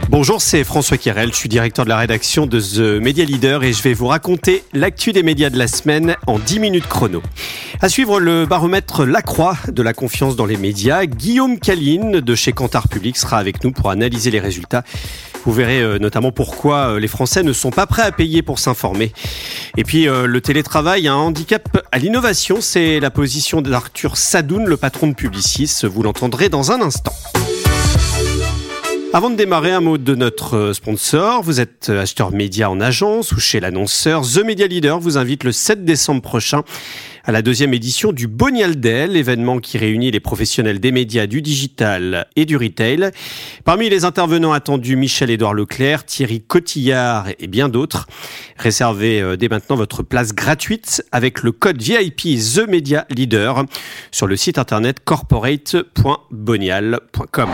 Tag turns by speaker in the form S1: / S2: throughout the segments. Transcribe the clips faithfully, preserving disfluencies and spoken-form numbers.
S1: Bonjour, c'est François Kirel, je suis directeur de la rédaction de The Media Leader et je vais vous raconter l'actu des médias de la semaine en dix minutes chrono. À suivre, le baromètre Lacroix de la confiance dans les médias. Guillaume Caline de chez Kantar Public sera avec nous pour analyser les résultats. Vous verrez notamment pourquoi les Français ne sont pas prêts à payer pour s'informer. Et puis le télétravail a un handicap à l'innovation, c'est la position d'Arthur Sadoun, le patron de Publicis. Vous l'entendrez dans un instant. Avant de démarrer, un mot de notre sponsor. Vous êtes acheteur média en agence ou chez l'annonceur. The Media Leader vous invite le sept décembre prochain à la deuxième édition du Bonialdel, événement qui réunit les professionnels des médias, du digital et du retail. Parmi les intervenants attendus, Michel-Édouard Leclerc, Thierry Cotillard et bien d'autres. Réservez dès maintenant votre place gratuite avec le code V I P The Media Leader sur le site internet corporate point bonial point com.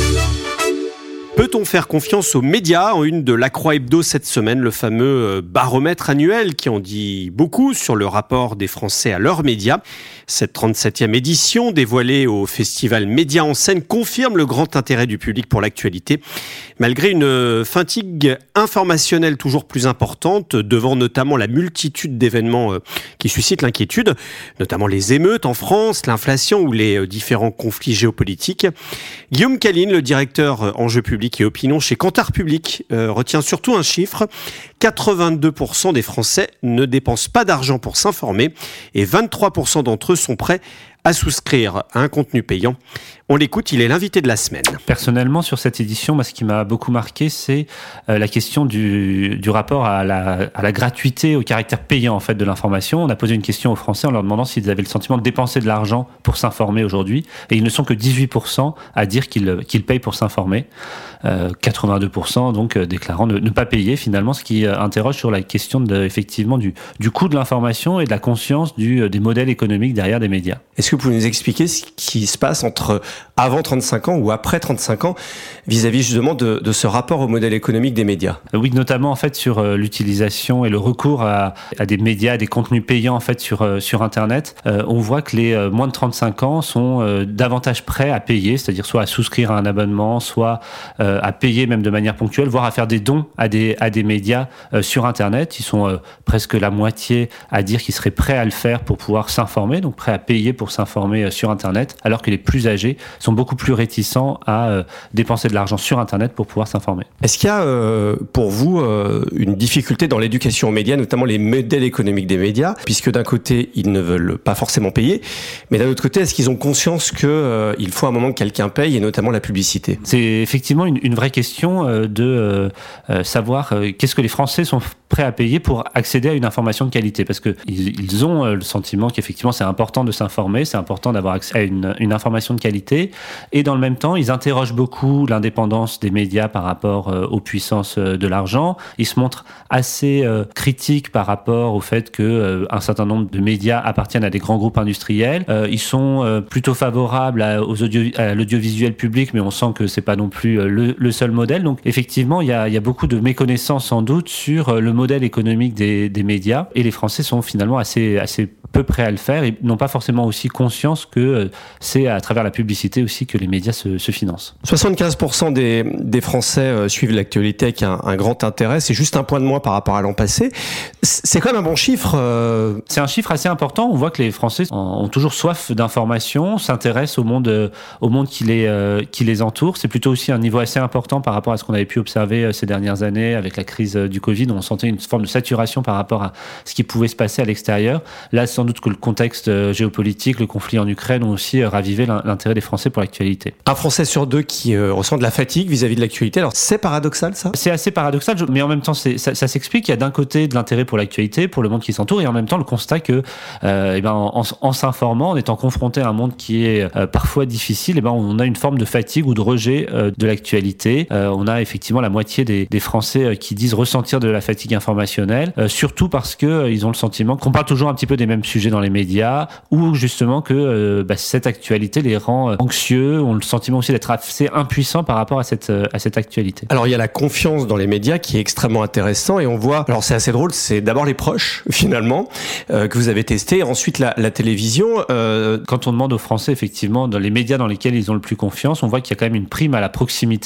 S1: Peut-on faire confiance aux médias? En une de Lacroix Hebdo cette semaine, le fameux baromètre annuel qui en dit beaucoup sur le rapport des Français à leurs médias. Cette trente-septième édition, dévoilée au festival Média en scène, confirme le grand intérêt du public pour l'actualité. Malgré une fatigue informationnelle toujours plus importante, devant notamment la multitude d'événements qui suscitent l'inquiétude, notamment les émeutes en France, l'inflation ou les différents conflits géopolitiques, Guillaume Caline, le directeur enjeux publics et opinion chez Kantar Public, euh, retient surtout un chiffre. quatre-vingt-deux pour cent des Français ne dépensent pas d'argent pour s'informer et vingt-trois pour cent d'entre eux sont prêts à souscrire à un contenu payant. On l'écoute, il est l'invité de la semaine.
S2: Personnellement, sur cette édition, moi, ce qui m'a beaucoup marqué, c'est euh, la question du, du rapport à la, à la gratuité, au caractère payant en fait de l'information. On a posé une question aux Français en leur demandant s'ils avaient le sentiment de dépenser de l'argent pour s'informer aujourd'hui, et ils ne sont que dix-huit pour cent à dire qu'ils, qu'ils payent pour s'informer. Euh, quatre-vingt-deux pour cent donc euh, déclarant ne, ne pas payer finalement, ce qui euh, interroge sur la question de, effectivement du, du coût de l'information et de la conscience du, euh, des modèles économiques derrière des médias.
S1: Est-ce que vous pouvez nous expliquer ce qui se passe entre avant trente-cinq ans ou après trente-cinq ans vis-à-vis justement de, de ce rapport au modèle économique des médias?
S2: Oui, notamment en fait sur euh, l'utilisation et le recours à, à des médias, à des contenus payants en fait sur euh, sur Internet. Euh, on voit que les euh, moins de trente-cinq ans sont euh, davantage prêts à payer, c'est-à-dire soit à souscrire à un abonnement, soit euh, à payer même de manière ponctuelle, voire à faire des dons à des à des médias euh, sur Internet. Ils sont euh, presque la moitié à dire qu'ils seraient prêts à le faire pour pouvoir s'informer, donc prêts à payer pour s'informer euh, sur Internet, alors que les plus âgés sont beaucoup plus réticents à euh, dépenser de l'argent sur Internet pour pouvoir s'informer.
S1: Est-ce qu'il y a euh, pour vous euh, une difficulté dans l'éducation aux médias, notamment les modèles économiques des médias, puisque d'un côté ils ne veulent pas forcément payer, mais d'un autre côté est-ce qu'ils ont conscience qu'il euh, faut à un moment que quelqu'un paye, et notamment la publicité?
S2: C'est effectivement une, une vraie question euh, de euh, savoir euh, qu'est-ce que les Français sont prêts à payer pour accéder à une information de qualité, parce que ils, ils ont euh, le sentiment qu'effectivement c'est important de s'informer, c'est important d'avoir accès à une, une information de qualité, et dans le même temps ils interrogent beaucoup l'indépendance des médias par rapport euh, aux puissances euh, de l'argent. Ils se montrent assez euh, critiques par rapport au fait que euh, un certain nombre de médias appartiennent à des grands groupes industriels. Euh, ils sont euh, plutôt favorables à, aux audio, à l'audiovisuel public, mais on sent que c'est pas non plus euh, le, le seul modèle. Donc effectivement, il y a, il y a beaucoup de méconnaissance sans doute sur euh, le modèle économique des, des médias, et les Français sont finalement assez, assez peu prêts à le faire et n'ont pas forcément aussi conscience que euh, c'est à travers la publicité aussi que les médias se, se financent.
S1: soixante-quinze pour cent des, des Français euh, suivent l'actualité avec un, un grand intérêt. C'est juste un point de moins par rapport à l'an passé. C'est quand même un bon chiffre. Euh...
S2: C'est un chiffre assez important. On voit que les Français ont toujours soif d'informations, s'intéressent au monde, euh, au monde qui les, euh, qui les entoure. C'est plutôt aussi un niveau assez important par rapport à ce qu'on avait pu observer ces dernières années avec la crise du Covid, où on sentait une forme de saturation par rapport à ce qui pouvait se passer à l'extérieur. Là, sans doute que le contexte géopolitique, le conflit en Ukraine ont aussi ravivé l'intérêt des Français pour l'actualité.
S1: Un Français sur deux qui euh, ressent de la fatigue vis-à-vis de l'actualité. Alors, c'est paradoxal, ça?
S2: C'est assez paradoxal, mais en même temps, c'est, ça, ça s'explique. Il y a d'un côté de l'intérêt pour l'actualité, pour le monde qui s'entoure, et en même temps le constat que, euh, eh ben, en, en s'informant, en étant confronté à un monde qui est euh, parfois difficile, eh ben, on a une forme de fatigue ou de rejet euh, de l'actualité. Euh, on a effectivement la moitié des, des Français euh, qui disent ressentir de la fatigue informationnelle, euh, surtout parce que euh, ils ont le sentiment qu'on parle toujours un petit peu des mêmes sujets dans les médias, ou justement que euh, bah, cette actualité les rend euh, anxieux, ont le sentiment aussi d'être assez impuissants par rapport à cette, euh, à cette actualité.
S1: Alors il y a la confiance dans les médias qui est extrêmement intéressant, et on voit, alors c'est assez drôle, c'est d'abord les proches finalement euh, que vous avez testé, et ensuite la, la télévision. Euh...
S2: Quand on demande aux Français effectivement dans les médias dans lesquels ils ont le plus confiance, on voit qu'il y a quand même une prime à la proximité,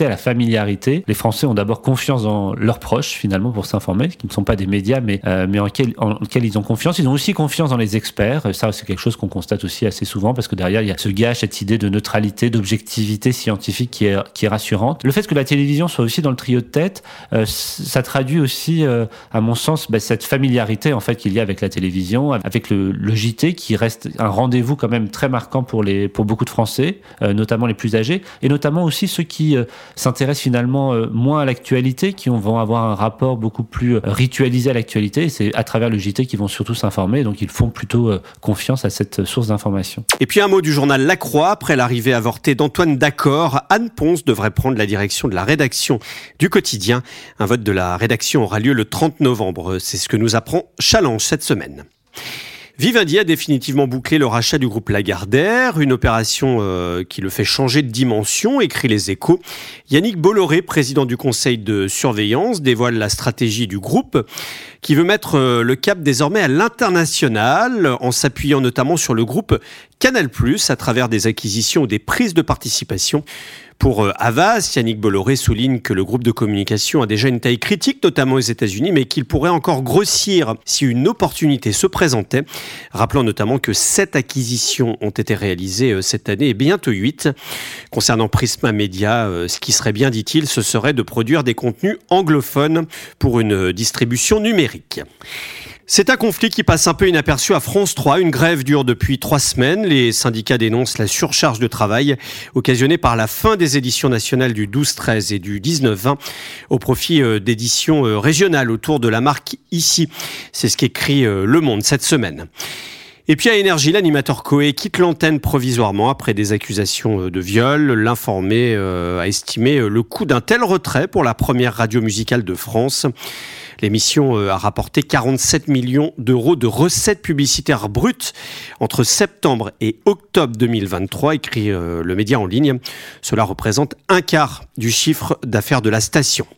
S2: à la familiarité. Les Français ont d'abord confiance dans leurs proches, finalement, pour s'informer, qui ne sont pas des médias, mais, euh, mais en lesquels en, ils ont confiance. Ils ont aussi confiance dans les experts. Ça, c'est quelque chose qu'on constate aussi assez souvent, parce que derrière, il y a ce gage, cette idée de neutralité, d'objectivité scientifique qui est, qui est rassurante. Le fait que la télévision soit aussi dans le trio de tête, euh, ça traduit aussi, euh, à mon sens, bah, cette familiarité en fait qu'il y a avec la télévision, avec le, le J T, qui reste un rendez-vous quand même très marquant pour les pour beaucoup de Français, euh, notamment les plus âgés, et notamment aussi ceux qui euh, s'intéressent finalement euh, moins à l'actualité, qui vont avoir un rapport beaucoup plus euh, ritualisé à l'actualité. Et c'est à travers le J T qu'ils vont surtout s'informer, donc ils font plutôt euh, confiance à cette source d'information.
S1: Et puis un mot du journal La Croix. Après l'arrivée avortée d'Antoine Daccord, Anne Ponce devrait prendre la direction de la rédaction du quotidien. Un vote de la rédaction aura lieu le trente novembre. C'est ce que nous apprend Challenge cette semaine. Vivendi a définitivement bouclé le rachat du groupe Lagardère, une opération euh, qui le fait changer de dimension, écrit Les Échos. Yannick Bolloré, président du conseil de surveillance, dévoile la stratégie du groupe qui veut mettre euh, le cap désormais à l'international, en s'appuyant notamment sur le groupe Canal plus, à travers des acquisitions ou des prises de participation. Pour Havas, Yannick Bolloré souligne que le groupe de communication a déjà une taille critique, notamment aux États-Unis, mais qu'il pourrait encore grossir si une opportunité se présentait. Rappelant notamment que sept acquisitions ont été réalisées cette année et bientôt huit. Concernant Prisma Media, ce qui serait bien, dit-il, ce serait de produire des contenus anglophones pour une distribution numérique. C'est un conflit qui passe un peu inaperçu à France trois. Une grève dure depuis trois semaines. Les syndicats dénoncent la surcharge de travail occasionnée par la fin des éditions nationales du douze treize et du dix-neuf vingt au profit d'éditions régionales autour de la marque Ici. C'est ce qu'écrit Le Monde cette semaine. Et puis à Énergie, l'animateur Coé quitte l'antenne provisoirement après des accusations de viol. L'informé a estimé le coût d'un tel retrait pour la première radio musicale de France. L'émission a rapporté quarante-sept millions d'euros de recettes publicitaires brutes entre septembre et octobre deux mille vingt-trois, écrit le média en ligne. Cela représente un quart du chiffre d'affaires de la station.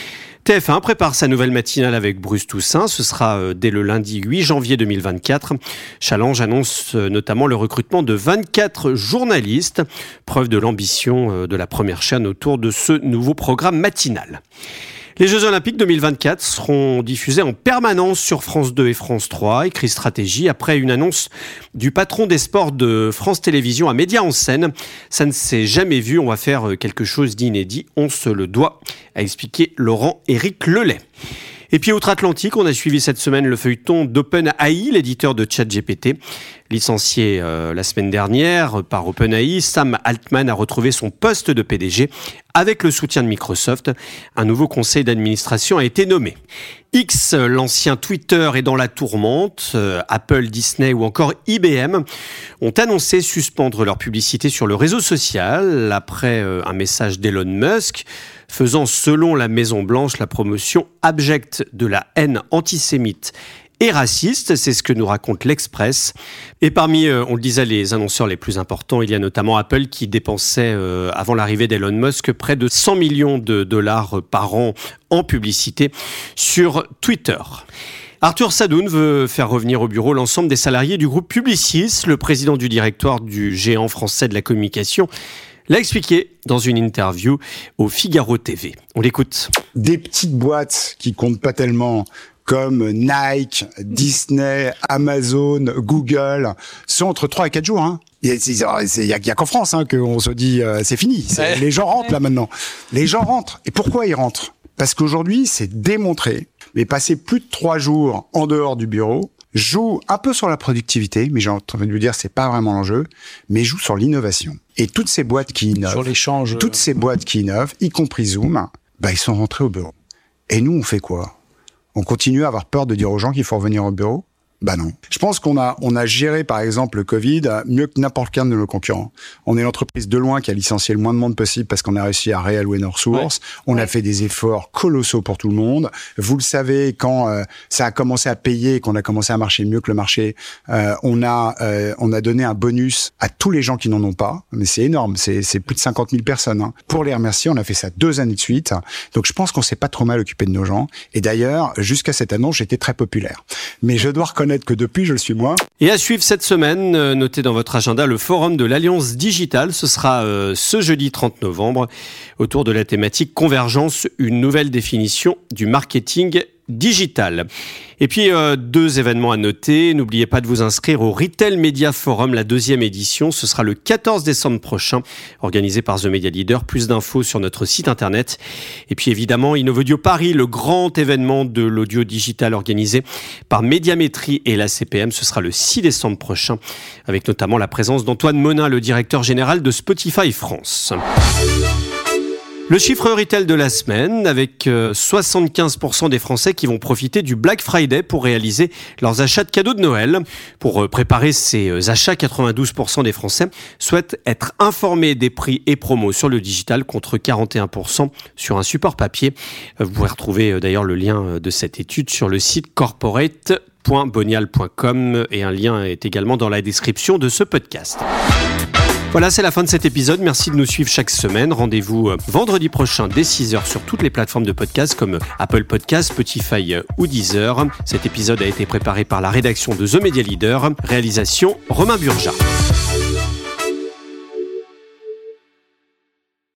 S1: T F un prépare sa nouvelle matinale avec Bruce Toussaint. Ce sera dès le lundi huit janvier deux mille vingt-quatre. Challenge annonce notamment le recrutement de vingt-quatre journalistes, preuve de l'ambition de la première chaîne autour de ce nouveau programme matinal. Les Jeux Olympiques deux mille vingt-quatre seront diffusés en permanence sur France deux et France trois, écrit Stratégie, après une annonce du patron des sports de France Télévisions à Média en scène. Ça ne s'est jamais vu, on va faire quelque chose d'inédit, on se le doit, a expliqué Laurent-Éric Lelay. Et puis outre-Atlantique, on a suivi cette semaine le feuilleton d'OpenAI, l'éditeur de ChatGPT. Licencié euh, la semaine dernière par OpenAI, Sam Altman a retrouvé son poste de P D G avec le soutien de Microsoft. Un nouveau conseil d'administration a été nommé. X, l'ancien Twitter, est dans la tourmente. Euh, Apple, Disney ou encore I B M ont annoncé suspendre leur publicité sur le réseau social après euh, un message d'Elon Musk faisant, selon la Maison-Blanche, la promotion abjecte de la haine antisémite et raciste. C'est ce que nous raconte l'Express. Et parmi, euh, on le disait, les annonceurs les plus importants, il y a notamment Apple qui dépensait, euh, avant l'arrivée d'Elon Musk, près de cent millions de dollars par an en publicité sur Twitter. Arthur Sadoun veut faire revenir au bureau l'ensemble des salariés du groupe Publicis. Le président du directoire du géant français de la communication l'a expliqué dans une interview au Figaro T V. On l'écoute.
S3: Des petites boîtes qui comptent pas tellement, comme Nike, Disney, Amazon, Google, sont entre trois et quatre jours. Hein. Il y a, y a, y a qu'en France hein, qu'on se dit euh, c'est fini. C'est, les gens rentrent là maintenant. Les gens rentrent. Et pourquoi ils rentrent ? Parce qu'aujourd'hui, c'est démontré, mais passer plus de trois jours en dehors du bureau joue un peu sur la productivité, mais j'ai envie de vous dire, c'est pas vraiment l'enjeu, mais joue sur l'innovation. Et toutes ces boîtes qui innovent,
S4: sur l'échange,
S3: toutes ces boîtes qui innovent, y compris Zoom, bah, ils sont rentrés au bureau. Et nous, on fait quoi ? On continue à avoir peur de dire aux gens qu'il faut revenir au bureau ? Bah non. Je pense qu'on a on a géré par exemple le Covid mieux que n'importe quel de nos concurrents. On est l'entreprise de loin qui a licencié le moins de monde possible parce qu'on a réussi à réallouer nos ressources. Ouais. On ouais. a fait des efforts colossaux pour tout le monde. Vous le savez, quand euh, ça a commencé à payer et qu'on a commencé à marcher mieux que le marché, euh, on a euh, on a donné un bonus à tous les gens qui n'en ont pas. Mais c'est énorme, c'est c'est plus de cinquante mille personnes. Hein. Pour les remercier, on a fait ça deux années de suite. Donc je pense qu'on s'est pas trop mal occupé de nos gens. Et d'ailleurs, jusqu'à cette annonce, j'étais très populaire. Mais je dois reconnaître reconnaître que depuis, je le suis moins.
S1: Et à suivre cette semaine, euh, notez dans votre agenda le forum de l'Alliance Digitale. Ce sera euh, ce jeudi trente novembre autour de la thématique Convergence, une nouvelle définition du marketing digital. Et puis, euh, deux événements à noter. N'oubliez pas de vous inscrire au Retail Media Forum, la deuxième édition. Ce sera le quatorze décembre prochain, organisé par The Media Leader. Plus d'infos sur notre site internet. Et puis, évidemment, Innovodio Paris, le grand événement de l'audio digital organisé par Médiamétrie et la C P M. Ce sera le six décembre prochain, avec notamment la présence d'Antoine Monin, le directeur général de Spotify France. Le chiffre retail de la semaine, avec soixante-quinze pour cent des Français qui vont profiter du Black Friday pour réaliser leurs achats de cadeaux de Noël. Pour préparer ces achats, quatre-vingt-douze pour cent des Français souhaitent être informés des prix et promos sur le digital contre quarante et un pour cent sur un support papier. Vous pouvez retrouver d'ailleurs le lien de cette étude sur le site corporate point bonial point com et un lien est également dans la description de ce podcast. Voilà, c'est la fin de cet épisode. Merci de nous suivre chaque semaine. Rendez-vous vendredi prochain dès six heures sur toutes les plateformes de podcast comme Apple Podcasts, Spotify ou Deezer. Cet épisode a été préparé par la rédaction de The Media Leader. Réalisation Romain Burja.